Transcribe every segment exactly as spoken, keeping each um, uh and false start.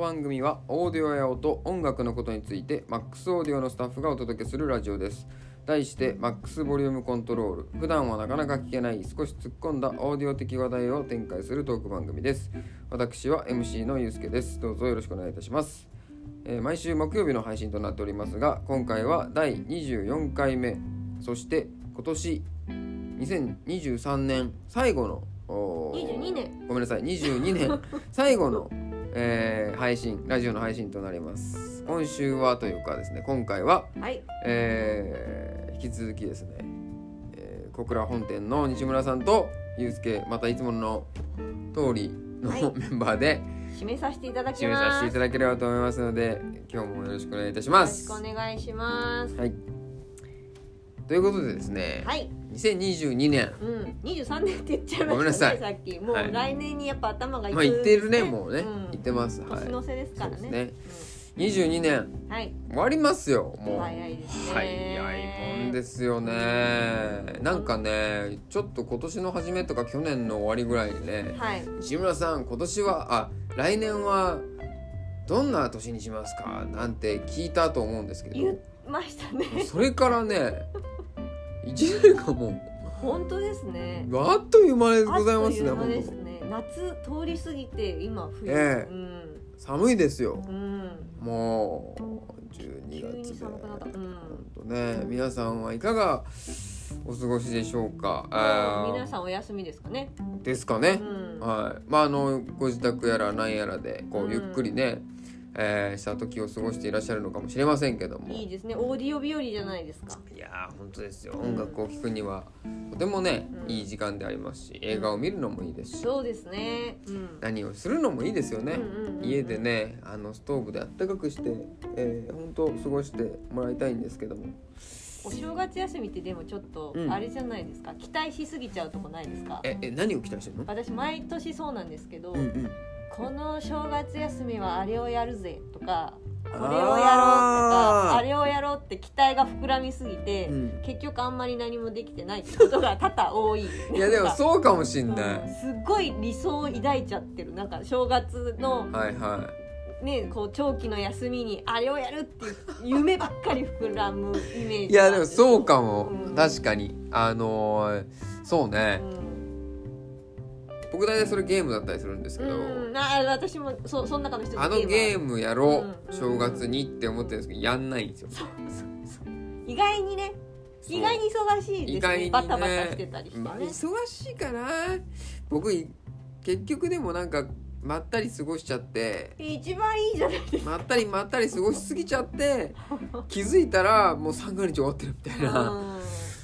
番組はオーディオや音、音楽のことについて マックス オーディオのスタッフがお届けするラジオです。題して マックス ボリュームコントロール。普段はなかなか聞けない少し突っ込んだオーディオ的話題を展開するトーク番組です。私は エムシー のゆうすけです。どうぞよろしくお願いいたします。えー、毎週木曜日の配信となっておりますが、今回はだいにじゅうよんかいめ、そして今年にせんにじゅうさんねん最後のにじゅうにねんごめんなさいにじゅうにねん最後の、えー、配信ラジオの配信となります。今週はというかですね、今回は、 はいえー、引き続きですね、えー、小倉本店の西村さんとゆうすけ、またいつもの通りの、はい、メンバーで締めさせていただきます。 締めさせていただければと思いますので、今日もよろしくお願いいたします。 よろしくお願いします。 はい。ということでですね、 はい、 にせんにじゅうにねん、 うん、にじゅうさんねんって言っちゃいましたね。 ごめんなさい、 さっきもう来年にやっぱ頭がいく、 まあ言ってるね、もうね、 うん、 言ってます。 年の瀬ですからね。 はい、ね、うん、にじゅうにねん、はい、終わりますよ。もう早いですね。 早いもんですよね。なんかね、ちょっと今年の初めとか去年の終わりぐらいにね、はい、西村さん今年はあ来年はどんな年にしますかなんて聞いたと思うんですけど、 言いましたね。 それからねいちねんかも本当ですね。 あっという間でございますね。 あっという間ですね。夏通り過ぎて今冬、 ええ、うん、寒いですよ、 うん、 もうじゅうにがつで急に寒くなった、うん、 本当ね、皆さんはいかがお過ごしでしょうか。 あ皆さんお休みですかね。 ですかね、 うん、 はい。まああのご自宅やら何やらでこうゆっくりね、うん、えー、した時を過ごしていらっしゃるのかもしれませんけども、 いいですね。オーディオ日和じゃないですか。 いやー本当ですよ。音楽を聴くにはとてもね、うん、いい時間でありますし、映画を見るのもいいですし、 そうですね、うん、 何をするのもいいですよね、うんうんうんうん、家でねあのストーブであったかくして、えー、本当過ごしてもらいたいんですけども、 お正月休みってでもちょっとあれじゃないですか、うん、期待しすぎちゃうとこないですか。 ええ何を期待してるの。 私毎年そうなんですけど、 うんうん、 この正月休みはあれをやるぜとかこれをやろうとか あ, あれをやろうって期待が膨らみすぎて、うん、結局あんまり何もできてないってことが多々多い。 いやでもそうかもしんない、 うん、すっごい理想を抱いちゃってる。なんか正月の、 はいはいね、こう長期の休みにあれをやるっていう夢ばっかり膨らむイメージ。 いやでもそうかも、うん、確かにあのー、そうね、うん僕大体それゲームだったりするんですけど、 うん、あ私も そ, その中の一つあのゲームやろう、うんうん、正月にって思ってるんですけどやんないんですよ。 そうそうそう意外にね意外に忙しいですね。意外にねバタバタしてたりしてね、まあ、 忙しいかな。僕結局でもなんかまったり過ごしちゃって一番いいじゃないですか。 まったりまったり過ごしすぎちゃって気づいたらもう三が日終わってるみたいな、うん、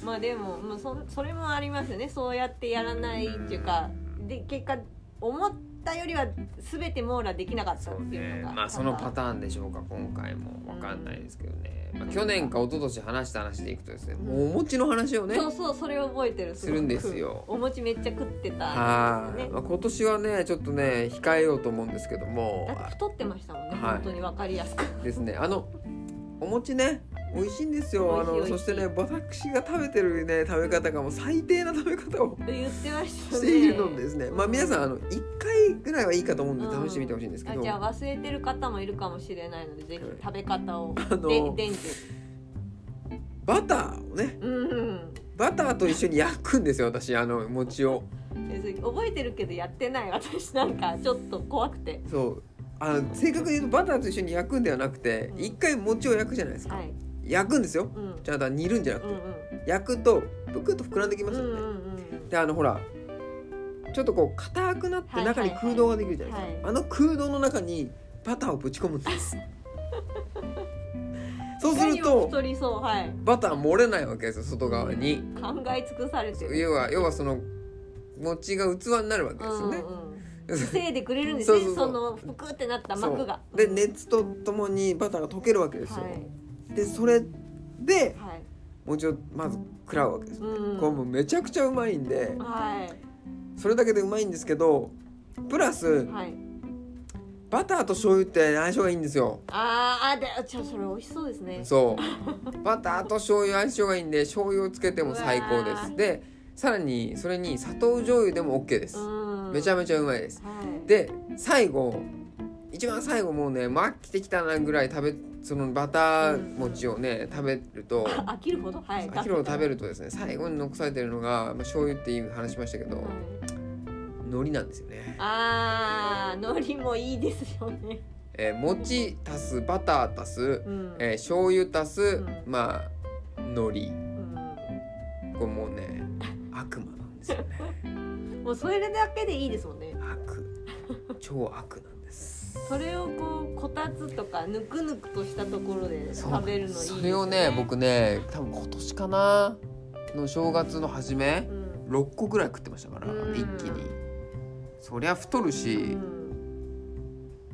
まあでも、まあ、そ, それもありますよね。そうやってやらないっていうかで結果思ったよりは全て網羅できなかったっていうのが、 ね、まあそのパターンでしょうか今回も分かんないですけどね、まあ、去年か一昨年話した話でいくとですね、もうお餅の話をねそうそうそれを覚えてるするんですよ。 お餅めっちゃ食ってたは、ね、まあ、今年はねちょっとね控えようと思うんですけども、 だって太ってましたもんね、はい、本当に分かりやすくですね。あのお餅ね美味しいんですよ。あのそしてね私が食べてるね食べ方がもう最低な食べ方を言ってましたねしているのですね。まあ皆さんあのいっかいぐらいはいいかと思うんで試してみてほしいんですけど、 うん、あじゃあ忘れてる方もいるかもしれないのでぜひ食べ方を、あのー、伝授バターをね、うん、バターと一緒に焼くんですよ私あの餅を。 覚えてるけどやってない私なんかちょっと怖くて。 そうあの正確に言うとバターと一緒に焼くんではなくて一、うん、回餅を焼くじゃないですか、はい、焼くんですよ、うん、じゃあ煮るんじゃなくて、うんうん、焼くとぷくっと膨らんできますよね、うんうんうん、であのほらちょっとこう硬くなって中に空洞ができるじゃないですか、はいはいはい、あの空洞の中にバターをぶち込むんですそうすると太りそう、はい、 バター漏れないわけですよ外側に、うん、 考え尽くされてる。 要は要はその餅が器になるわけですよね、 うんうん防いでくれるんですね。そうそうそう、そのふくってなった膜がで熱とともにバターが溶けるわけですよ、はい、でそれで、はい、餅をまず食らうわけです、うん、これもうめちゃくちゃうまいんで、はい、それだけでうまいんですけどプラス、はい、バターと醤油って相性がいいんですよ。 ああ、でじゃあそれ美味しそうですね。 そうバターと醤油相性がいいんで醤油をつけても最高です。でさらにそれに砂糖醤油でも OK です。めちゃめちゃうまいです、はい、で最後一番最後もうね飽きてきたなぐらい食べそのバター餅をね、うん、食べると飽きるほど、はい、 飽きるほど食べるとですね最後に残されてるのが、まあ、醤油っていう話しましたけど、はい、海苔なんですよね。 あー海苔もいいですよね。 えー、餅足すバター足す、うんえー、醤油足す、うん、まあ海苔、うん、これもうね悪魔なんですよね。 もうそれだけでいいですもんね。 悪超悪なんです。 それをこうこたつとかぬくぬくとしたところで食べるのいいですよね。 それをね僕ね多分今年かなの正月の初め、うん、ろっこぐらい食ってましたから、うん、一気に。そりゃ太るし、うん、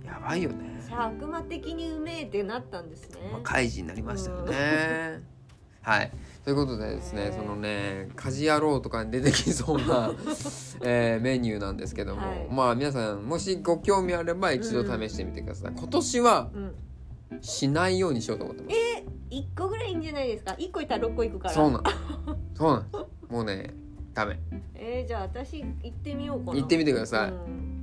やばいよね。 悪魔的にうめえってなったんですね。 まあ、怪人になりましたよね、うん、はいということでですねそのね家事野郎とかに出てきそうな、えー、メニューなんですけども、はい、まあ皆さんもしご興味あれば一度試してみてください、うん、今年はしないようにしようと思ってます。 えー、いっこぐらいいいんじゃないですか。いっこいったらろっこいくから。 そうなんそうなんもうねダメ。 えー、じゃあ私行ってみようかな。 行ってみてください、うん、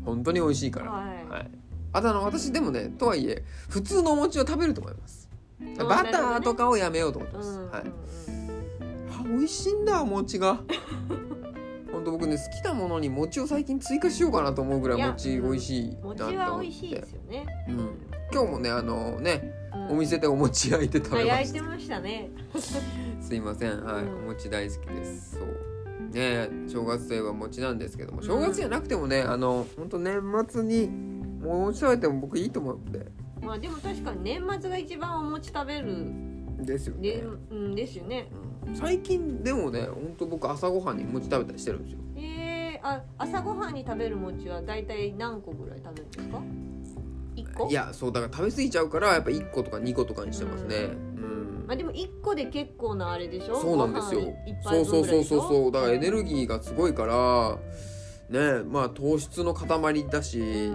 本当に美味しいから、はいはい、あとあの私でもねとはいえ普通のお餅を食べると思います。バターとかをやめようと思ってます、ねはい、あ美味しいんだお餅が本当僕ね好きなものに餅を最近追加しようかなと思うぐらい餅美味しいなと思って。 餅は美味しいですよね、 うん、今日もねあのね、うん、お店でお餅焼いて食べました。 焼いてましたねすいません、はい、うん、お餅大好きです。そうね正月といえば餅なんですけども正月じゃなくてもね、うん、あの本当年末にもうお餅食べても僕いいと思うんで。 まあでも確かに年末が一番お餅食べるですよね。 うん、ですよね、 うん、最近でもね本当僕朝ごはんに餅食べたりしてるんですよ。 えー、あ朝ごはんに食べる餅はだいたい何個ぐらい食べるんですか。いっこ。 いやそうだから食べ過ぎちゃうからやっぱいっことかにことかにしてますね。うん、 うんまあ、でもいっこで結構なあれでしょ。 そうなんですよ。そうそうそうそうそうだからエネルギーがすごいからねまあ糖質の塊だし、うん、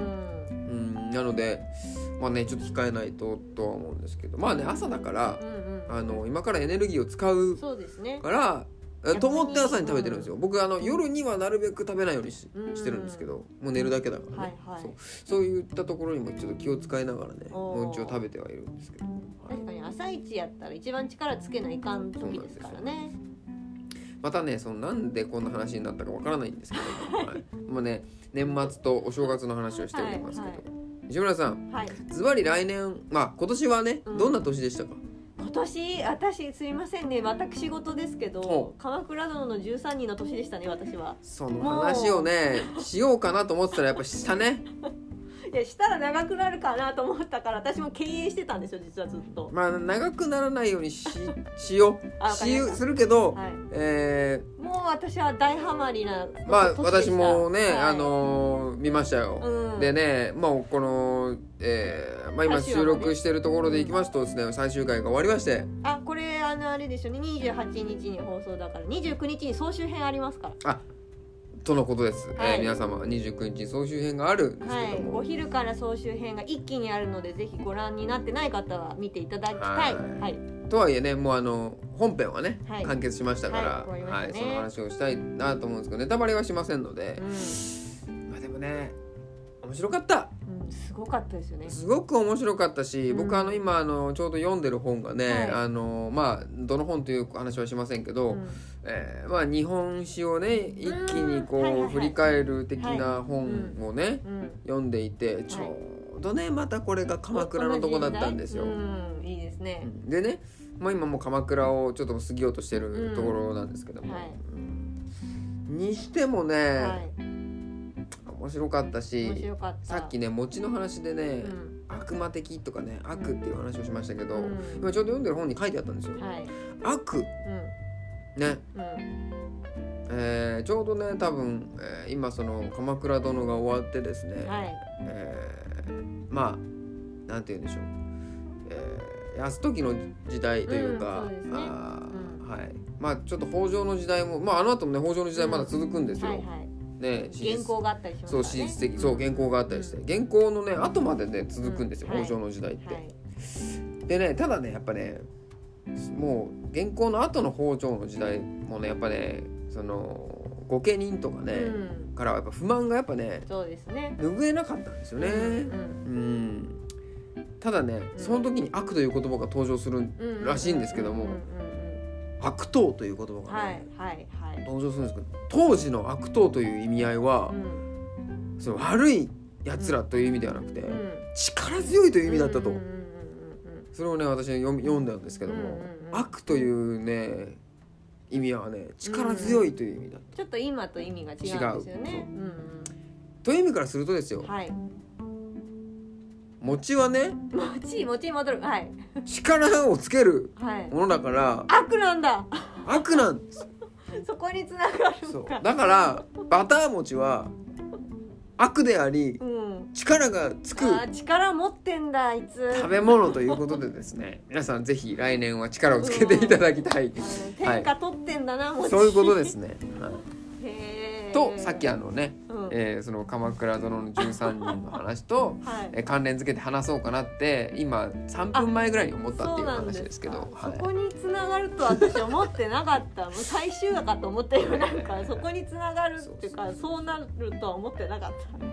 うん、なのでまあねちょっと控えないととは思うんですけどまあね朝だから、うんうん、あの今からエネルギーを使うそうですねからと思って朝に食べてるんですよ、うん、僕あの夜にはなるべく食べないように し,、うん、してるんですけどもう寝るだけだからね、はいはい、そう、そういったところにもちょっと気を使いながらねお餅を食べてはいるんですけど、はい、 確かに朝一やったら一番力つけないかん時ですからね。 またねそのなんでこんな話になったかわからないんですけど、はい、もうね年末とお正月の話をしておりますけど、はいはい西村さん、ズバリ来年、まあ今年はね、うん、どんな年でしたか。 今年私すいませんね私事ですけど鎌倉殿のじゅうさんにんの年でしたね私は。 その話をねしようかなと思ってたらやっぱしたねいやしたら長くなるかなと思ったから私も経営してたんですよ実はずっと。 まあ長くならないように し, しようしするけど、はいえー、 もう私は大ハマりなまあ私もね、はい、あのー、見ましたよ、うん、でねまあこの、えーまあ、今収録してるところでいきますとですね最終回が終わりまして、 あこれあのあれですよねにじゅうはちにちに放送だからにじゅうくにちに総集編ありますから。 あとのことです、はいえー、皆様にじゅうくにちに総集編があるんですけども、はい、 お昼から総集編が一気にあるのでぜひご覧になってない方は見ていただきたい、はいはい、 とはいえねもうあの本編はね、はい、完結しましたから、はいはいはい、その話をしたいなと思うんですけどネタバレはしませんので、うん、まあでもね面白かった、 うん、すごかったですよね。 すごく面白かったし、うん、僕あの今あのちょうど読んでる本がね、はい、あのまあどの本という話はしませんけど、うんえーまあ、日本史をね一気にこう、はいはいはい、振り返る的な本をね、はいうん、読んでいてちょうどねまたこれが鎌倉のとこだったんですよ、 うん、いいですね。 でね、まあ、今もう鎌倉をちょっと過ぎようとしてるところなんですけども、 うんはい、 にしてもね、はい面白かったし面白かったさっきね餅の話でね、うん、悪魔的とかね悪っていう話をしましたけど、うん、今ちょうど読んでる本に書いてあったんですよ、はい、悪、うん、ね、うんえー、ちょうどね多分、えー、今その鎌倉殿が終わってですね、はいえー、まあなんて言うんでしょう、えー、泰時の時代というか、うんそうですねあうんはい、まあちょっと北条の時代もまああの後もね北条の時代まだ続くんですよ、うんはいはいね、原稿があったりしますからね。 そう史実的そう原稿があったりして、うん、原稿のね後までね続くんですよ、うん、北条の時代って、はいはい、でねただねやっぱねもう原稿の後の北条の時代もねやっぱねその御家人とかね、 うん、 からやっぱ不満がやっぱねそうですね拭えなかったんですよね、 うんうんうんただね、 うんその時に悪という言葉が登場するらしいんですけども、 うんうんうん悪党という言葉うんがはいね、 はいはい、 登場するんですけど、当時の悪党という意味合いは、 うんその悪い奴らという意味ではなくて、 うん力強いという意味だったと、 うんうんうんうんそれをね私は読み読んだんですけども、 うんうんうん悪というね意味はね力強いという意味だった、 ちょっと今と意味が違うんですよね。うんという意味からするとですよ、 うん、はい。 餅はねもちもちに戻る。はい。 力をつけるはい。 ものだから悪なんだ。 悪なんですそこに繋がるそうのか。 だからバター餅は悪でありうん。 力がつくあー力持ってんだあいつ。 食べ物ということでですね皆さんぜひ来年は力をつけていただきたい、 あの天下取ってんだな、もち。 そういうことですね、はいへーとさっきあのね、 うんえーその鎌倉殿のじゅうさんにんの話と、 はいえー関連付けて話そうかなって今さんぷんまえぐらいに思ったっていうそうなん話ですけど、 かはいそこに繋がると私思ってなかったもう最終話かと思ったよなんかそこに繋がるっていうかそうなるとは思ってなかった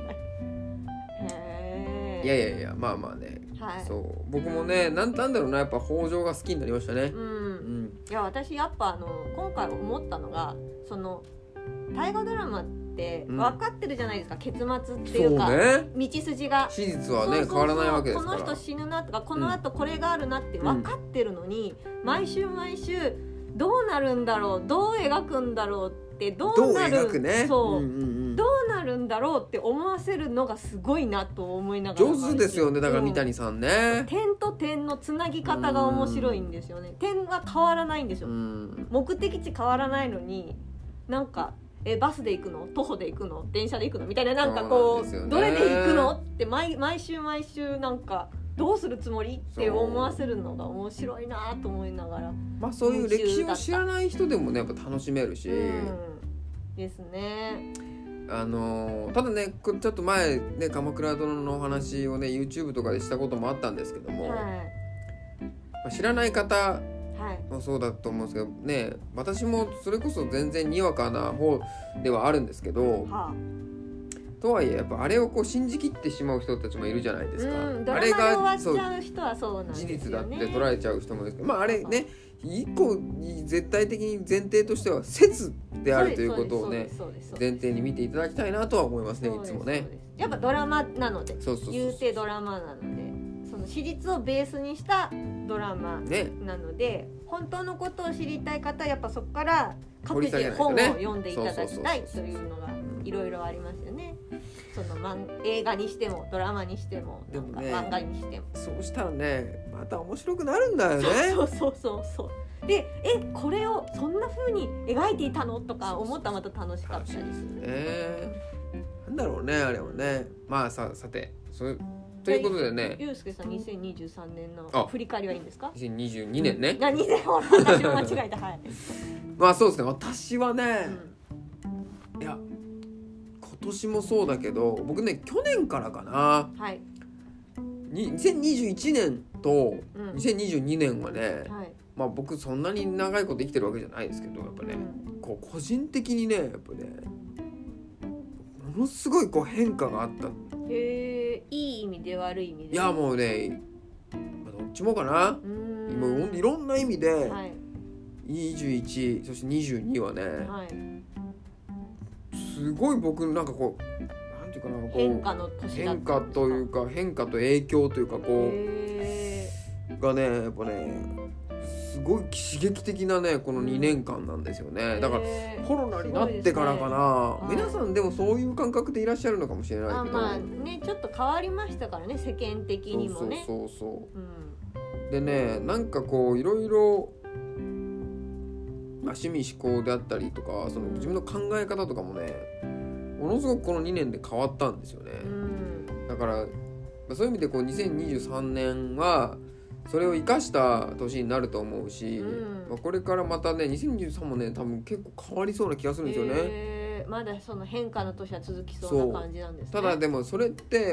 へーいやいやいやまあまあね、 はいそう僕もねなんなんだろうなやっぱ北条が好きになりましたね、 ううんんいや私やっぱあの今回思ったのがその大河ドラマって分かってるじゃないですか、結末っていうかそうね道筋が史実はねそうそうそう変わらないわけですからこの人死ぬなとかこのあとこれがあるなって分かってるのに、毎週毎週どうなるんだろうどう描くんだろうってどどううなる描くねそう、 んうんうん、 どうなるんだろうって思わせるのがすごいなと思いながら上手ですよねだから三谷さんね、 点と点のつなぎ方が面白いんですよね。点は変わらないんですよ、 うん目的地変わらないのになんかえバスで行くの徒歩で行くの電車で行くのみたいななんかこうそうなんですよねどれで行くのって毎毎週毎週なんかどうするつもりって思わせるのが面白いなと思いながら、 まあそういう歴史を知らない人でもねやっぱ楽しめるし、 うん、ですね。 あのーただねこちょっと前ね鎌倉殿のお話をね YouTube とかでしたこともあったんですけども、 はいまあ知らない方はいもそうだと思うんですけどね私もそれこそ全然にわかな方ではあるんですけどはとはいえやっぱあれをこう信じきってしまう人たちもいるじゃないですか、 うん、ドあれラマで終わがそうっちゃう人はそうなんですよね。 事実だって捉えちゃう人もいるんですけどまああれね一個絶対的に前提としては説であるということをねそうですそうですそうです前提に見ていただきたいなとは思いますねいつもねそうですそうですやっぱドラマなのでそうそうそう言うてドラマなのでその史実をベースにしたドラマねなので本当のことを知りたい方はやっぱそこから各掘り下げ自本をないとね読んでいただきたいとそうそうそうそういうのがいろいろありますよね。その漫映画にしてもドラマにしてもなんかでもね漫画にしてもそうしたらねまた面白くなるんだよねそうそうそうそうでえこれをそんな風に描いていたのとか思ったらまた楽しかったりする。 ねなんだろうねあれはねまあささてそうということでねゆうすけさんにせんにじゅうさんねんのあ振り返りはいいんですか？ にせんにじゅうにねんね、 何でも私も間違えたはい、 まあそうですね私はね、 うんいや今年もそうだけど僕ね去年からかなはいににせんにじゅういちねんとうんにせんにじゅうにねんはね、 はいまあ僕そんなに長いこと生きてるわけじゃないですけどやっぱね、 うんこう個人的にねやっぱねものすごいこう変化があったへえいい意味で悪い意味でいやもうね、まあ、どっちもかなうーん今いろんな意味ではいにじゅういちそしてにじゅうにはねはいすごい僕なんかこうなんていうかなこう変化の年だったんですか変化というか変化と影響というかこへうがねやっぱねすごい刺激的なねこのにねんかんなんですよね、 ーだからへーコロナになってからかな、 すごいですねはい皆さんでもそういう感覚でいらっしゃるのかもしれないけどあまあねちょっと変わりましたからね世間的にもねそうそうそううんそうでねなんかこういろいろまあ趣味思考であったりとかその自分の考え方とかもねものすごくこのにねんで変わったんですよね、 うんだからまあそういう意味でこうにせんにじゅうさんねんはそれを生かした年になると思うし、 うんまあ、これからまたねにせんにじゅうさんもね多分結構変わりそうな気がするんですよね、 へーまだその変化の年は続きそうな感じなんですね。 ただでもそれって、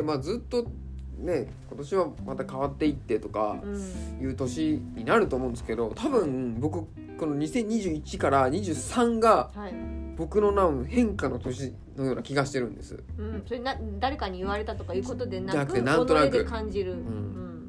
まあ、ずっとね今年はまた変わっていってとかうんいう年になると思うんですけど多分僕このにせんにじゅういちからにじゅうさんがはい僕の名は変化の年のような気がしてるんです、 うん、それな誰かに言われたとかいうことでなく、 なくてなんとなく己で感じる、うんうん、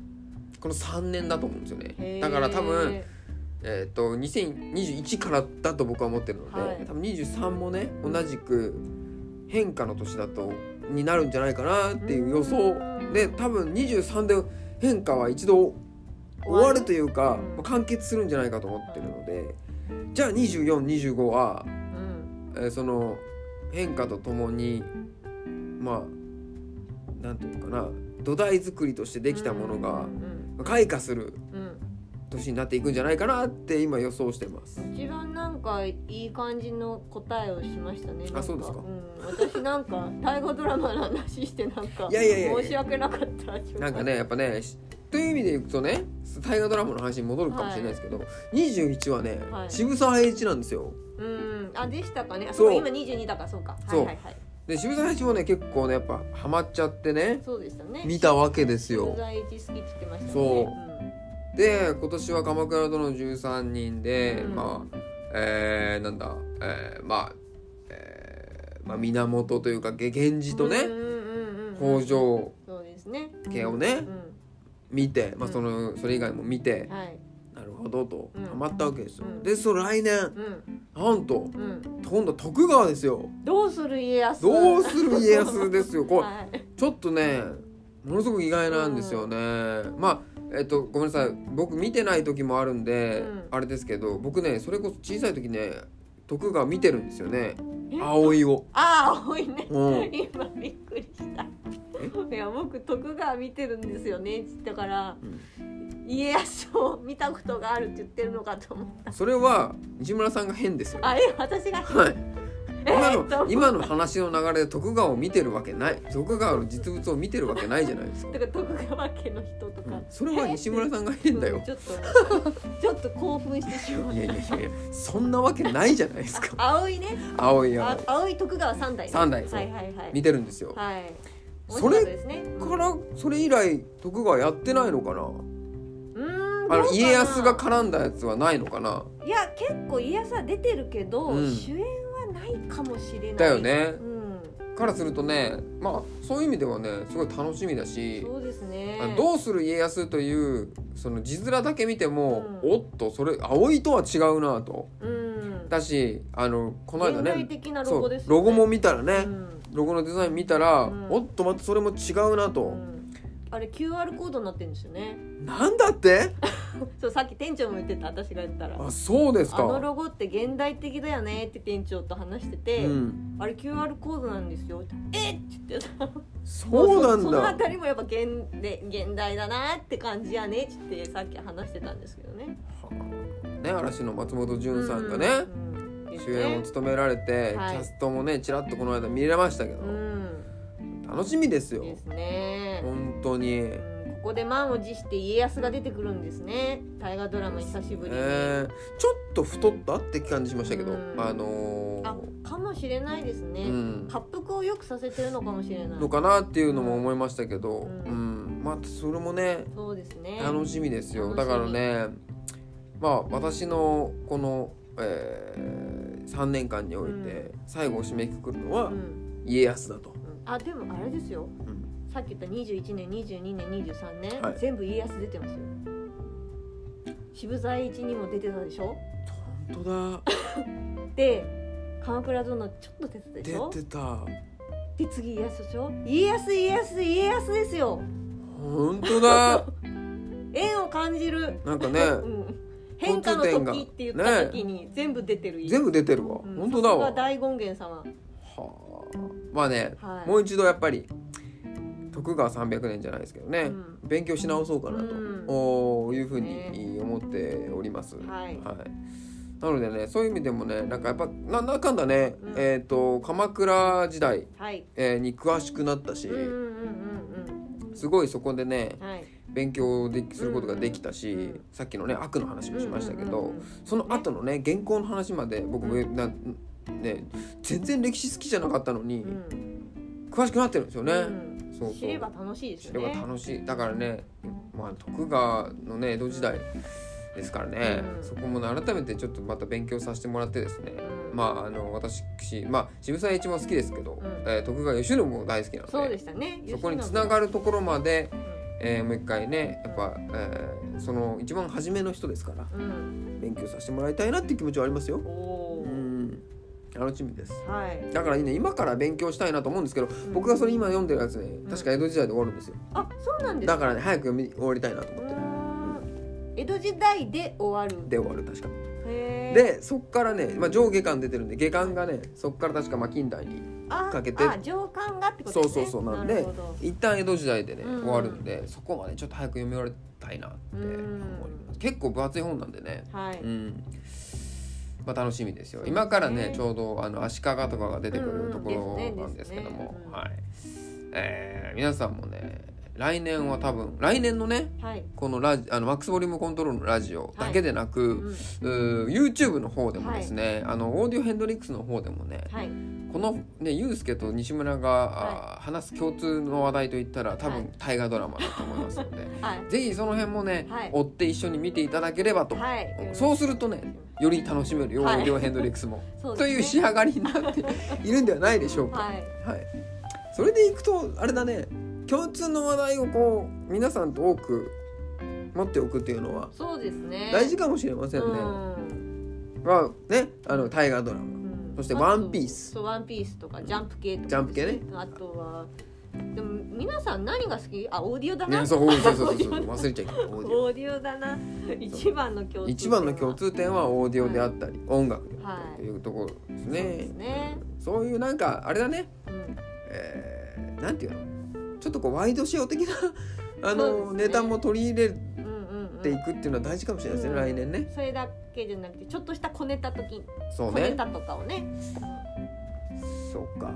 このさんねんだと思うんですよね。だから多分えー、とにせんにじゅういちからだと僕は思ってるので、はい、多分にじゅうさんもね同じく変化の年だとになるんじゃないかなっていう予想で、多分にじゅうさんで変化は一度終わるというか、うん、完結するんじゃないかと思ってるので、じゃあにじゅうよん、にじゅうごは、うんえー、その変化とともにまあなんていうのかな、土台作りとしてできたものが開花する、うん年になっていくんじゃないかなって今予想してます。 一番なんかいい感じの答えをしましたね。 あ、そうですか、 うん、私なんか大河ドラマの話してなんかいやいやいや申し訳なかった。 なんかねやっぱねという意味でいくとね大河ドラマの話に戻るかもしれないですけど、はい、にじゅういちはね、はい、渋沢栄一なんですよ。 うんあでしたかね。あそう今にじゅうにだからそうか。 そう、 はいはいはい、 で渋沢栄一もね結構ねやっぱハマっちゃってね、 そうでしたね、 見たわけですよ。 渋沢栄一好きって言ってましたね。 そう、うんで今年は鎌倉殿のじゅうさんにんで、うん、まあ、えー、なんだ、えー、まあ、えー、まあ源というか源氏とね、北条家をね、うん、見て、まあそのそれ以外も見て、はい、なるほどと、うん、ハマったわけですよ。うん、でその来年、うん、なんと、うん、今度徳川ですよ。 どうする家康。 どうする家康ですよ。これ、はい、ちょっとねものすごく意外なんですよね。うん、まあえっと、ごめんなさい僕見てない時もあるんで、うん、あれですけど僕ねそれこそ小さい時ね徳川見てるんですよね。葵をあ葵ね、うん、今びっくりした。いや僕徳川見てるんですよねだから、うん、家康を見たことがあるって言ってるのかと思った。 それは西村さんが変ですよ。 あえ私が変、はい今の, 今の話の流れで徳川を見てるわけない。徳川の実物を見てるわけないじゃないですか。 だから徳川家の人とか、うん、 それは西村さんが変だよ、うん、 ちょっとちょっと興奮してしまった。 いやいやいやそんなわけないじゃないですか。 葵ね葵葵葵徳川三代、ね、 三代はいはいはい、 見てるんですよ。 はい。 それからそれ以来徳川やってないのかな。あの家康が絡んだやつはないのかな。 いや結構家康は出てるけど、うん、主演はないかもしれないだよね、うん、からするとねまあそういう意味ではねすごい楽しみだし、 そうですね、 どうする家康というその字面だけ見ても、うん、おっとそれ葵とは違うなと、うん、だしあのこの間ね現代的なロゴですよね。 そうロゴも見たらね、うん、ロゴのデザイン見たら、うん、おっとまたそれも違うなと、うん、 あれ キューアール コードになってるんですよね。 なんだってそうさっき店長も言ってた。私が言ったらあそうですか。 あのロゴって現代的だよねって店長と話してて、うん、あれ キューアール コードなんですよってえっって言ってた。 そうなんだ。 そ, そのあたりもやっぱ 現, で現代だなって感じやねってさっき話してたんですけどね。 はあ、ね嵐の松本潤さんがね、うんうん、主演を務められて、はい、キャストもねちらっとこの間見れましたけど、うん、楽しみですよ。 ですね本当に、うん、 ここで満を持して家康が出てくるんですね。大河ドラマ久しぶりに、えー、 ちょっと太ったって感じしましたけど、うん、あのー、 あかもしれないですね、うん、滑腹をよくさせてるのかもしれないのかなっていうのも思いましたけど、うんうん、まあそれもねそうですね楽しみですよ。だからねまあ私のこの、えー、さんねんかんにおいて最後を締めくくるのは家康だと、うん、 あでもあれですよ、うんさっき言ったにじゅういちねん、にじゅうにねん、にじゅうさんねん、はい、全部家康出てますよ。渋沢栄一にも出てたでしょ。 本当だで鎌倉殿ちょっと出てたでしょ。 出てた。 で次家康でしょ。家康家康家康ですよ。 本当だ縁を感じるなんかね、うん、 変化の時って言った時に全部出てる、ね、 全部出てるわ、うん、本当だわ。 さすが大権現様。はあまあね、はい、もう一度やっぱり徳川さんびゃくねんじゃないですけどね、うん、勉強し直そうかなと、うん、いうふうに思っております、ねはいはい、なのでねそういう意味でもねなんかやっぱなんだかんだね、うんえー、と鎌倉時代、はいえー、に詳しくなったし、うんうんうんうん、すごいそこでね、はい、勉強ですることができたし、うんうん、さっきのね悪の話もしましたけど、うんうんうん、その後のね原稿の話まで僕も、うんなね、全然歴史好きじゃなかったのに、うん、詳しくなってるんですよね、うんそうそう知れば楽しいですよね。 知れば楽しいだからね、まあ、徳川のね江戸時代ですからね、うん、そこも、ね、改めてちょっとまた勉強させてもらってですね、うんまああの私まあ渋沢栄一も好きですけど、 うんえー、徳川慶喜も大好きなので、 そうでしたね。 そこにつながるところまで、 うんえー、もう一回ねやっぱ、えー、その一番初めの人ですから、 うん、 勉強させてもらいたいなっていう気持ちはありますよ。 おー、 うん、楽しみです。 はい、 だからね今から勉強したいなと思うんですけど、うん、僕がそれ今読んでるやつね確か江戸時代で終わるんですよ。 あ、そうなんですか。 だからね早く読み終わりたいなと思ってる。 江戸時代で終わるで終わる確か。 へー。 でそっからね、まあ、上下巻出てるんで下巻がねそっから確かまあ近代にかけて、 ああ上巻がってことですね。 そうそうそうなんで一旦江戸時代でね、うん、終わるんでそこまでちょっと早く読み終わりたいなって思います。結構分厚い本なんでね、 はい、 うん、まあ、楽しみですよ。今からねちょうどあの足利とかが出てくるところなんですけども、はい、えー、皆さんもね来年は多分来年のね、はい、このラジあのマックスボリュームコントロールのラジオだけでなく、はい、うん、YouTube の方でもですね、はい、あのオーディオヘンドリックスの方でもね、はい、このねユースケと西村が、はい、話す共通の話題といったら多分、はい、大河ドラマだと思いますので、はい、ぜひその辺もね、はい、追って一緒に見ていただければと、はい、そうするとねより楽しめるよ、はい、オーディオヘンドリックスも、ね、という仕上がりになっているんではないでしょうか。はいはい、それでいくとあれだね、共通の話題をこう皆さんと多く持っておくっていうのはそうですね大事かもしれませんね。うん、まあね、あの大河ドラマ、うん、そしてワンピース、 そうワンピースとかジャンプ系とか、ね、 ジャンプ系ね。 あとはでも皆さん何が好き？あ、オーディオだな。 ね、そうそうそうそう忘れちゃいけない。 オーディオだな。一番の共通点は一番の共通点はオーディオであったり、はい、音楽であったりというところですね。はい、そうですね。そういうなんかあれだね。うん、えー、なんていうの？ちょっとこうワイドショー的なあの、ね、ネタも取り入れていくっていうのは大事かもしれないですね、うん、来年ね。 それだけじゃなくてちょっとした小ネタ時、 そうね、 小ネタとかをね。 そうか、うん、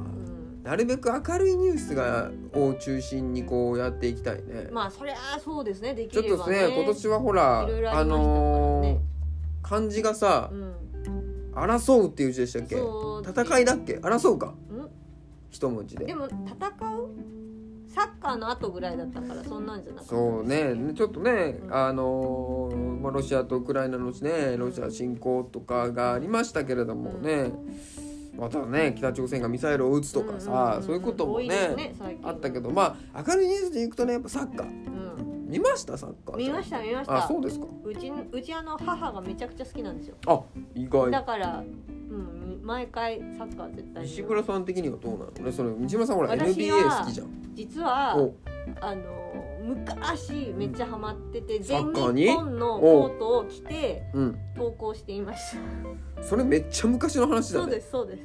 なるべく明るいニュースがを中心にこうやっていきたいね。 まあそりゃそうですね、できればね。 ちょっとね今年はほら あ, ね、あのー、漢字がさ、うん、争うっていう字でしたっけ？戦いだっけ？争うか、うん、一文字で。 でも戦うサッカーの後ぐらいだったからそんなんじゃなかった。 そうね、ちょっとね、うん、あのーまあ、ロシアとウクライナのねロシア侵攻とかがありましたけれどもね、うん、またね北朝鮮がミサイルを撃つとかさ、うんうんうん、そういうことも ね, ねあったけど、まあ明るいニュースでいくとねやっぱサッカー、うん、見ましたサッカー？ 見ました見ました。 あ、そうですか。 うちうちあの母がめちゃくちゃ好きなんですよ。 あ、意外。 だからうん、毎回サッカー絶対に。 西村さん的にはどうなのね。それ西村さんほら エヌビーエー 好きじゃん。 実はあの昔めっちゃハマってて、うん、全日本のコートを着て投稿していました。 それめっちゃ昔の話だね。 そうですそうです。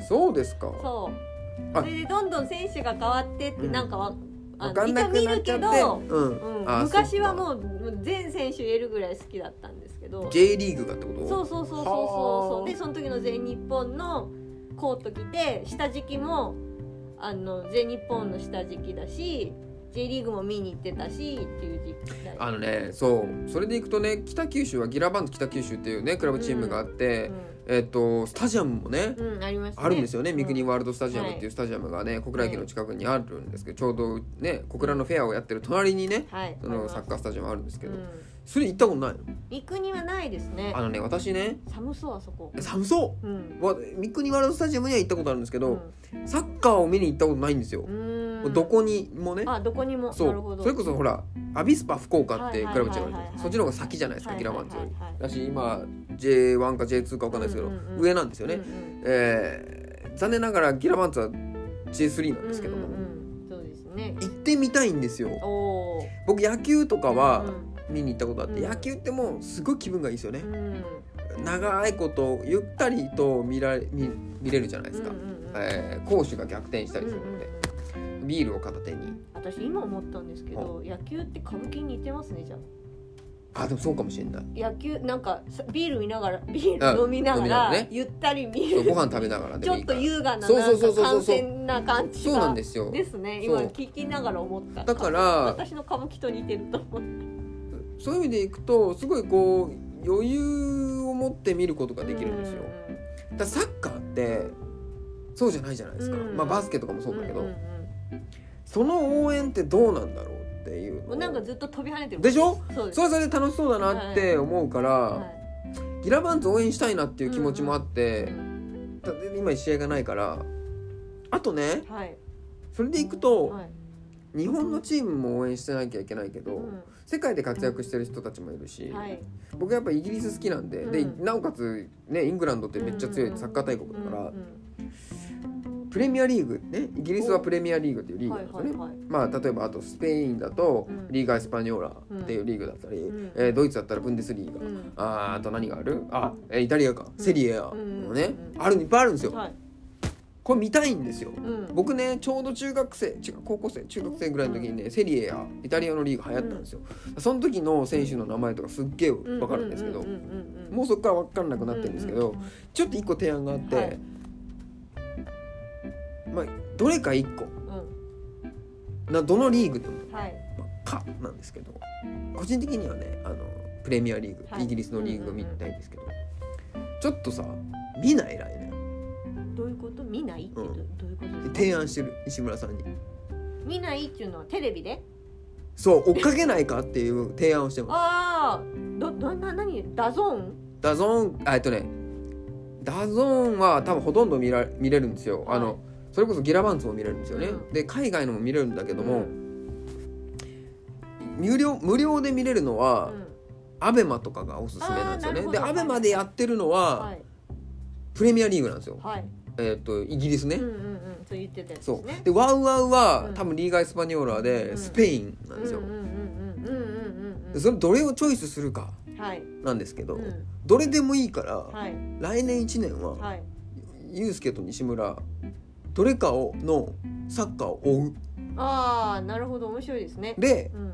そうですか。 そう。それでどんどん選手が変わってって、うん、なんかわあの一回見るけど、 うんうん、昔はもう全選手入れるぐらい好きだったんですけど。 J リーグがってこと？ そうそうそうそうそう。でその時の全日本のコート着て下敷きもあの全日本の下敷きだし J リーグも見に行ってたしっていう時期。 あのね、そうそれでいくとね北九州はギラバンド北九州っていうねクラブチームがあって、うんうん、えー、とスタジアムもね、 うん ありますね、 あるんですよね。三国ワールドスタジアムっていうスタジアムがね、はい、小倉駅の近くにあるんですけど、ちょうどね小倉のフェアをやってる隣にね、はい、そのサッカースタジアムあるんですけど、うん、それ行ったことないの？ 三国はないですね。 あのね私ね寒そうあそこ。 寒そう、うん、三国ワールドスタジアムには行ったことあるんですけど、うん、サッカーを見に行ったことないんですよ。うんどこにもね。 あどこにも。 そうなるほど。 それこそほらアビスパ福岡ってクラブチームがあるんです。そっちの方が先じゃないですか、ギラバンツより。だし今 ジェイワン か ジェイツー か分かんないですけど、うんうんうん、上なんですよね、うんうん、えー、残念ながらギラバンツは ジェイスリー なんですけども、うんうんうん、そうですね、行ってみたいんですよ。僕野球とかは見に行ったことあって、うん、野球ってもうすごい気分がいいですよね、うん、長いことゆったりと見られ 見, 見れるじゃないですか、うんうんうんえー、攻守が逆転したりするので、うんうん、ビールを片手に。 私今思ったんですけど、野球って歌舞伎に似てますね。じゃああでもそうかもしれない。 野球なんかビール見ながらビール飲みながら、ね、ゆったり見るご飯食べながらでもいいからちょっと優雅ななんか完全な感じがそうなんですよですね。今聞きながら思った。 だから私の歌舞伎と似てると思った。 そういう意味でいくとすごいこう余裕を持って見ることができるんですよ。だからサッカーってそうじゃないじゃないですか、まあ、バスケとかもそうだけど、うんうんうん、その応援ってどうなんだろうっていうもうなんかずっと飛び跳ねてるでしょ。そうです。それはそれで楽しそうだなって思うから、はいはい、 ギラバンツ応援したいなっていう気持ちもあって、 うん、 だ今試合がないからあとね、 はい、 それでいくと、 はい、 日本のチームも応援してなきゃいけないけど、 うん、 世界で活躍してる人たちもいるし、 はい、 僕やっぱイギリス好きなんで、うん、でなおかつ、ね、イングランドってめっちゃ強いサッカー大国だから、うんうん、プレミアリーグね、イギリスはプレミアリーグっていうリーグなんですよね、はいはいはい、まあ例えばあとスペインだと、うん、リーガ・エスパニョーラっていうリーグだったり、うんえー、ドイツだったらブンデスリーガ、うん、あ, あと何があるあ、えー、イタリアか、うん、セリエ A のね、うん、あるいっぱいあるんですよ、はい、これ見たいんですよ、うん、僕ねちょうど中学生違う高校生中学生ぐらいの時にね、うん、セリエやイタリアのリーグ流行ったんですよ、うん、その時の選手の名前とかすっげえ分かるんですけど、もうそこから分かんなくなってるんですけど、うんうん、ちょっと一個提案があって、はい、まあどれか一個、うん、などのリーグでも、はいまあ、かなんですけど、個人的にはねあのプレミアリーグ、はい、イギリスのリーグを見たいんですけど、うんうんうん、ちょっとさ見ない来年どういうこと見ないってどういうことですか？ 提案してる西村さんに見ないっていうのはテレビでそう追っかけないかっていう提案をしてますああどどな何ダゾーンダゾーンあえっとねダゾーンは多分ほとんど見ら見れるんですよ、はい、あのそれこそギラバンツも見れるんですよね、うん、で海外のも見れるんだけども、うん、無料無料で見れるのは、うん、アベマとかがおすすめなんですよね。でアベマでやってるのは、はい、プレミアリーグなんですよ、はいえー、とイギリスね、うんうんうん、そう言ってたやつですね。そうでワウワウは、うん、多分リーガ・エスパニョーラでスペインなんですよ。それどれをチョイスするかなんですけど、はいうん、どれでもいいから、はい、来年いちねんは、はい、ユースケと西村どれかをのサッカーを追う。 ああなるほど面白いですね。 で、うん、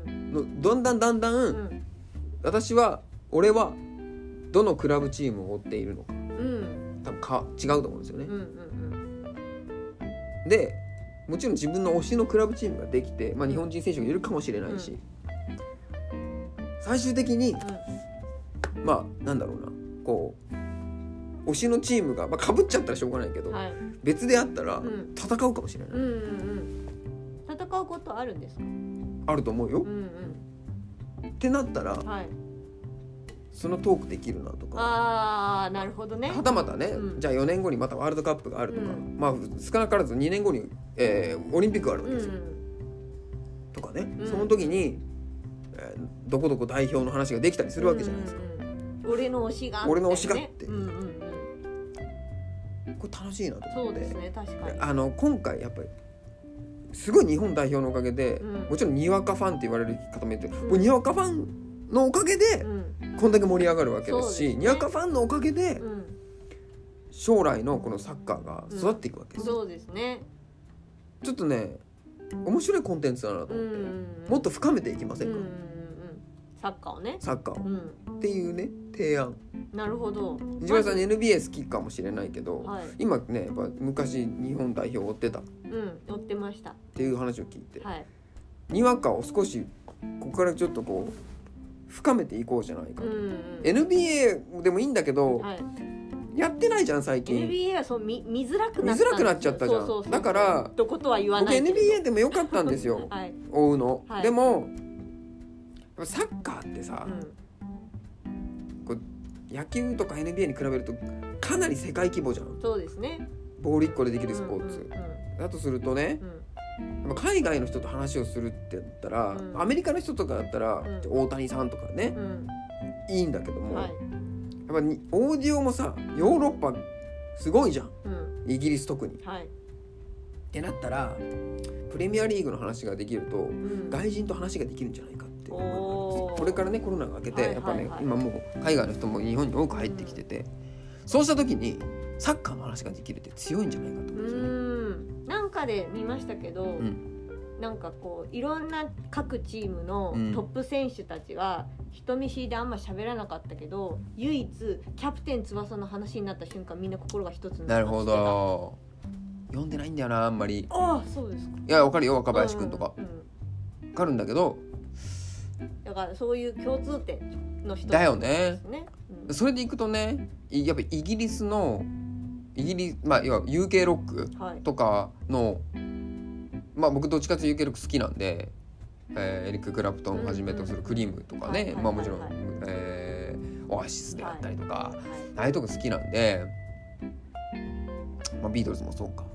だんだんだんだん、うん、私は俺はどのクラブチームを追っているのか、うん多分か違うと思うんですよね、うんうんうん、でもちろん自分の推しのクラブチームができて、まあ、日本人選手がいるかもしれないし、うん、最終的に、うん、まあなんだろうなこう推しのチームが、まあ、被っちゃったらしょうがないけど、はい、別であったら戦うかもしれない、うんうんうん、 戦うことあるんですか？ あると思うよ、うんうん、ってなったら、はいそのトークできるなとかあーなるほどねはたまたね、うん、じゃあよねんごにまたワールドカップがあるとか、うん、まあ少なからずにねんごに、えー、オリンピックがあるわけですよ、うん、とかね、うん、その時に、えー、どこどこ代表の話ができたりするわけじゃないですか、 うんうん、俺の推しが、 ね、俺の推しがって、うんうんうん、これ楽しいなと思って。そうですね確かにあの今回やっぱりすごい日本代表のおかげで、うん、もちろんにわかファンって言われる方もいて、うん、にわかファンのおかげで、うんこんだけ盛り上がるわけですし、にわかファンのおかげで、うん、将来のこのサッカーが育っていくわけです、 うん、そうですねちょっとね面白いコンテンツだなと思って、うんうんうん、もっと深めていきませんか、うんうんうん、 サッカーをねサッカーを、うん、っていうね提案。 なるほど西村さん エヌビーエー 好きかもしれないけど、はい、今ねやっぱ昔日本代表を追ってたうん追ってましたっていう話を聞いて、はい、にわかを少しここからちょっとこう深めていこうじゃないかと、うんうん、エヌビーエー でもいいんだけど、はい、やってないじゃん最近。 エヌビーエー はそう 見, 見づらくなっ見づらくなっちゃったじゃん。そうそうそうそうだからとことは言わないけど僕 エヌビーエー でもよかったんですよ、はい、追うの、はい、でもサッカーってさ、うん、こう野球とか エヌビーエー に比べるとかなり世界規模じゃん。 そうですねボールいっこでできるスポーツ、うんうんうん、だとするとね、うん海外の人と話をするって言ったら、うん、アメリカの人とかだったら、うん、大谷さんとかね、うん、いいんだけども、はい、やっぱりオーディオもさヨーロッパすごいじゃん、うん、イギリス特に、はい、ってなったらプレミアリーグの話ができると、うん、外人と話ができるんじゃないかって思います。これからねコロナが明けて、はいはいはい、やっぱね今もう海外の人も日本に多く入ってきてて、うん、そうした時にサッカーの話ができるって強いんじゃないかと思うんですよね。 なんかで見ましたけど、うん、なんかこういろんな各チームのトップ選手たちは人見知りであんま喋らなかったけど、唯一キャプテン翼の話になった瞬間みんな心が一つになった。 なるほど。読んでないんだよなあんまり。 ああそうですか。 いやわかるよ若林くんとか、うんうん、わかるんだけどだからそういう共通点の人だよね、うん、それでいくとねやっぱイギリスのイギリス、まあ、要は ユーケー ロックとかの、はい、まあ僕どっちかというと ユーケー ロック好きなんで、えー、エリック・クラプトンをはじめとするクリームとかね、まあもちろん、えー、 オアシスであったりとか、 はいはい、 ああいうとこ好きなんで、まあ、ビートルズもそうか。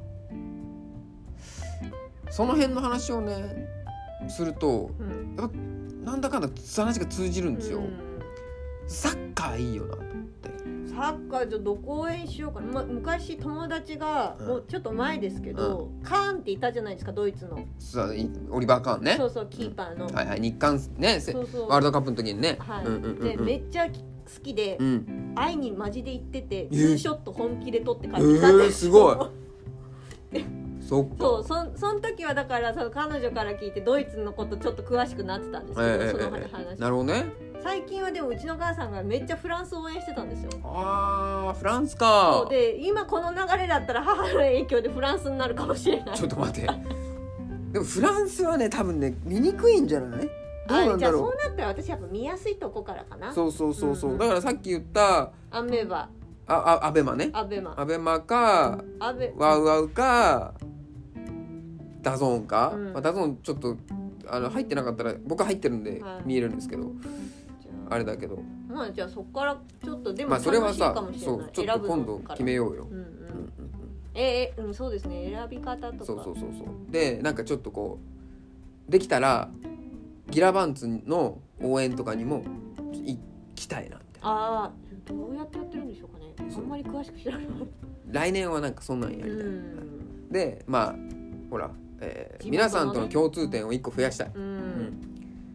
その辺の話をねすると、うん、やっぱなんだかんだ話が通じるんですよ、うん、サッカーいいよなと思って。 サッカーじゃどこ応援しようかな、ま、昔友達が、うん、もうちょっと前ですけど、うん、カーンっていたじゃないですか、ドイツの。 そうオリバー・カーンね。 そうそう、キーパーの、うん、 はいはい、日韓ね、そうそう、ワールドカップの時にね、 はい、うんうんうんうん、でめっちゃ好きで、うん、会いにマジで行ってて、ツーショット本気で撮って帰ってきたんですよ、えー、すごいそっか。そう、そその時はだからその彼女から聞いてドイツのことちょっと詳しくなってたんですけど、えー、その話、えー、 なるほどね。 最近はでもうちの母さんがめっちゃフランスを応援してたんですよ。 あー、フランスか。 そうで、今この流れだったら母の影響でフランスになるかもしれない。 ちょっと待ってでもフランスはね多分ね見にくいんじゃない？どうなんだろう。 じゃあそうなったら私やっぱ見やすいとこからかな。 そうそうそうそう、うんうん、だからさっき言ったアメバああアベマね。 アベマアベマかアベワウワウかダゾーンか、 うんまあ、ダゾーンちょっとあの入ってなかったら僕は入ってるんで見えるんですけど、はい、あれだけど、 まあじゃあそこからちょっとでも楽しいかもしれない、 まあ、それはさ、 そうちょっと今度決めようよ、 うんうんうん、えー、うん、そうですね、選び方とか。 そうそうそうそうでなんかちょっとこうできたらギラバンツの応援とかにも行きたいなみたいな。 ああ、どうやってやってるんでしょうかね。あんまり詳しく知らない。 来年はなんかそんなんやりたい。でまあほら、えーね、皆さんとの共通点をいっこ増やしたい、うんうん、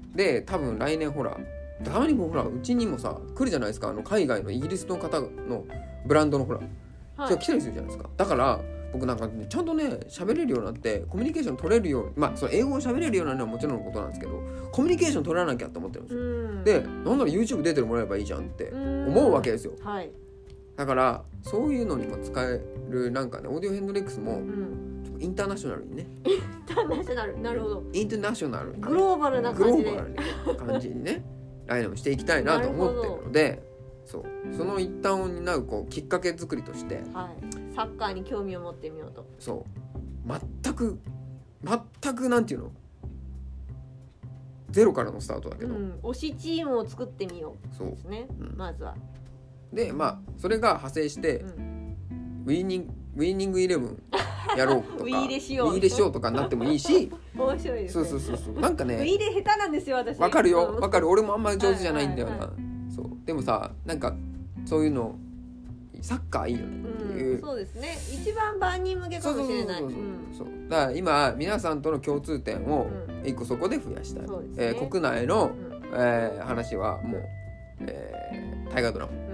で多分来年ほらたまにもほらうちにもさ来るじゃないですか、あの海外のイギリスの方のブランドのほら、はい、それ来たりするじゃないですか。だから僕なんか、ね、ちゃんとね喋れるようになってコミュニケーション取れるように、まあその英語を喋れるようになるのはもちろんのことなんですけど、コミュニケーション取らなきゃと思ってるんですよ、うん、でなんなら YouTube 出てもらえばいいじゃんって思うわけですよ、 はい、 だからそういうのにも使えるなんかねオーディオヘンドリックスも、うん、インターナショナルにねインターナショナル、なるほど、 インターナショナルグローバルな感じでグローバルな感じにね来年もしていきたいなと思ってるので、そうその一端を担うこうきっかけ作りとして、 はい、サッカーに興味を持ってみようと。 そう全く全くなんていうのゼロからのスタートだけど、うん、 推しチームを作ってみよう。そうですね、うん、まずは。 でまあそれが派生して、うん、ウィーニングウィーニングイレブンやろうとかウィーレしようウィーレしようとかになってもいいし面白いですね。 そうそうそうそう、なんかねウィーレ下手なんですよ私。 わかるよわかる、俺もあんまり上手じゃないんだよな、はいはいはい、そうでもさなんかそういうのサッカーいいよねっていう、 うん、そうですね、一番万人向けかもしれない。 だから今皆さんとの共通点を一個そこで増やしたい、うんねえー、国内の、うんえー、話はもう、えー、大河ドラマ、うん、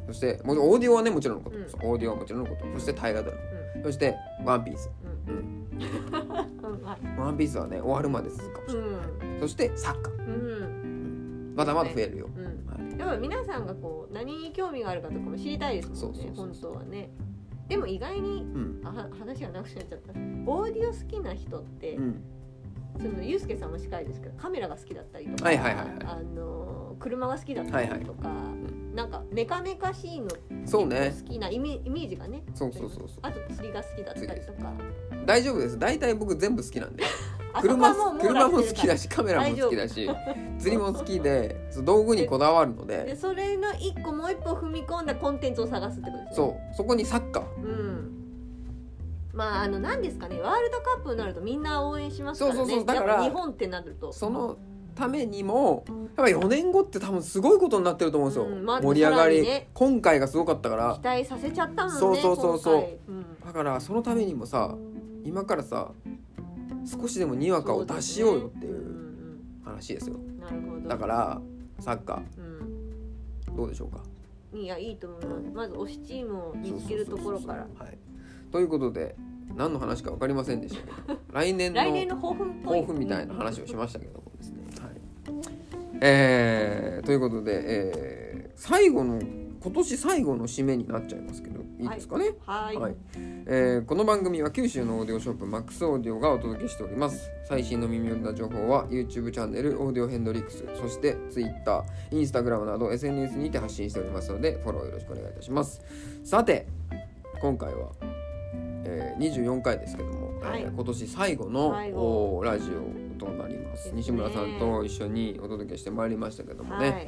そしてもちろんオーディオはねもちろんのこと、うん、オーディオはもちろんのこと、そして大河ドラマ、うん、そしてワンピース、うんうん、ワンピースはね終わるまで続くかもしれない、うん、そしてサッカー、うん、まだまだ増えるよ、うん、 でも皆さんがこう何に興味があるかとかも知りたいですもんね、本当はね。でも意外に、うん、あ話がなくなっちゃった。オーディオ好きな人って、うん、そのユースケさんも近いですけどカメラが好きだったりとか、はいはいはいはい、あの車が好きだったりとか、はいはい、なんかメカメカしいのそうね好きなイメ、イメージがね、 そうそうそうそう、 あと釣りが好きだったりとか。 大丈夫です、大体僕全部好きなんで車も車も好きだしカメラも好きだし釣りも好きで道具にこだわるの で, でそれの一個もう一歩踏み込んだコンテンツを探すってことですね。 そうそこにサッカー、うん、 まああの何ですかね、ワールドカップになるとみんな応援しますからね。そうそうそう、だから日本ってなるとそのためにもやっぱよねんごって多分すごいことになってると思うんですよ、うんまあ、盛り上がり、ね、今回がすごかったから期待させちゃったもんね。 そうそうそうそう、うん、だからそのためにもさ今からさ少しでもにわかを出しようよっていう話ですよ。 なるほど。 だからサッカー、うん、どうでしょうか。 いやいいと思います。まず推しチームを見つけるところから。 ということで何の話か分かりませんでしたけど来年の来年の抱負っぽい抱負みたいな話をしましたけどもですね、はい、えー、ということで、えー、最後の今年最後の締めになっちゃいますけどいいですかね。 はい、はい、 えー、この番組は九州のオーディオショップマックスオーディオがお届けしております。最新の耳寄りな情報は YouTube チャンネルオーディオヘンドリックス、そして Twitter、Instagram など エスエヌエス にて発信しておりますのでフォローよろしくお願いいたします。さて今回は、えー、にじゅうよんかいですけども、はい、えー、今年最後の最後ラジオとなります。西村さんと一緒にお届けしてまいりましたけどもね、はい、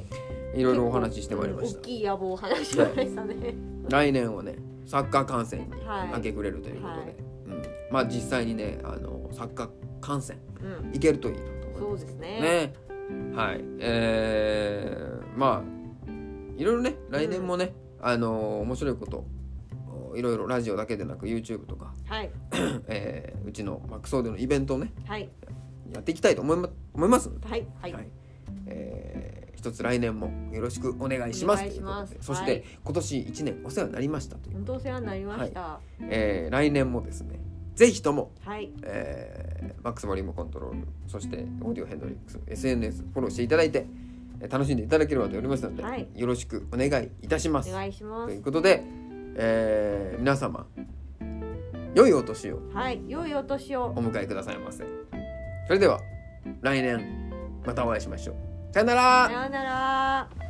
いろいろお話ししてまいりました。 大きい野望を話しましたね、はい、 来年はねサッカー観戦に明け暮れるということで、はいはい、うん、まあ実際にねあのサッカー観戦、うん、行けるといいなと思います。 そうですね。 ね、はい、えー、まあいろいろね来年もね、うん、あの面白いこといろいろラジオだけでなく YouTube とか、はい、えー、うちのマックスオーディオのイベントをね、はい、やっていきたいと思いま、思いますので、はいはいはい、えー、一つ来年もよろしくお願いします。お願いします。そして、はい、今年いちねんお世話になりましたという。 本当お世話になりました。はい、 えー、来年もですねぜひとも、はい、えー、マックスボリュームコントロール、そしてオーディオヘンドリックス エスエヌエス フォローしていただいて楽しんでいただければと思いますので、はい、よろしくお願いいたします。 お願いします。 ということで、えー、皆様良いお年を、 はい、良いお年をお迎えくださいませ。それでは来年またお会いしましょう。さよなら。 さよなら。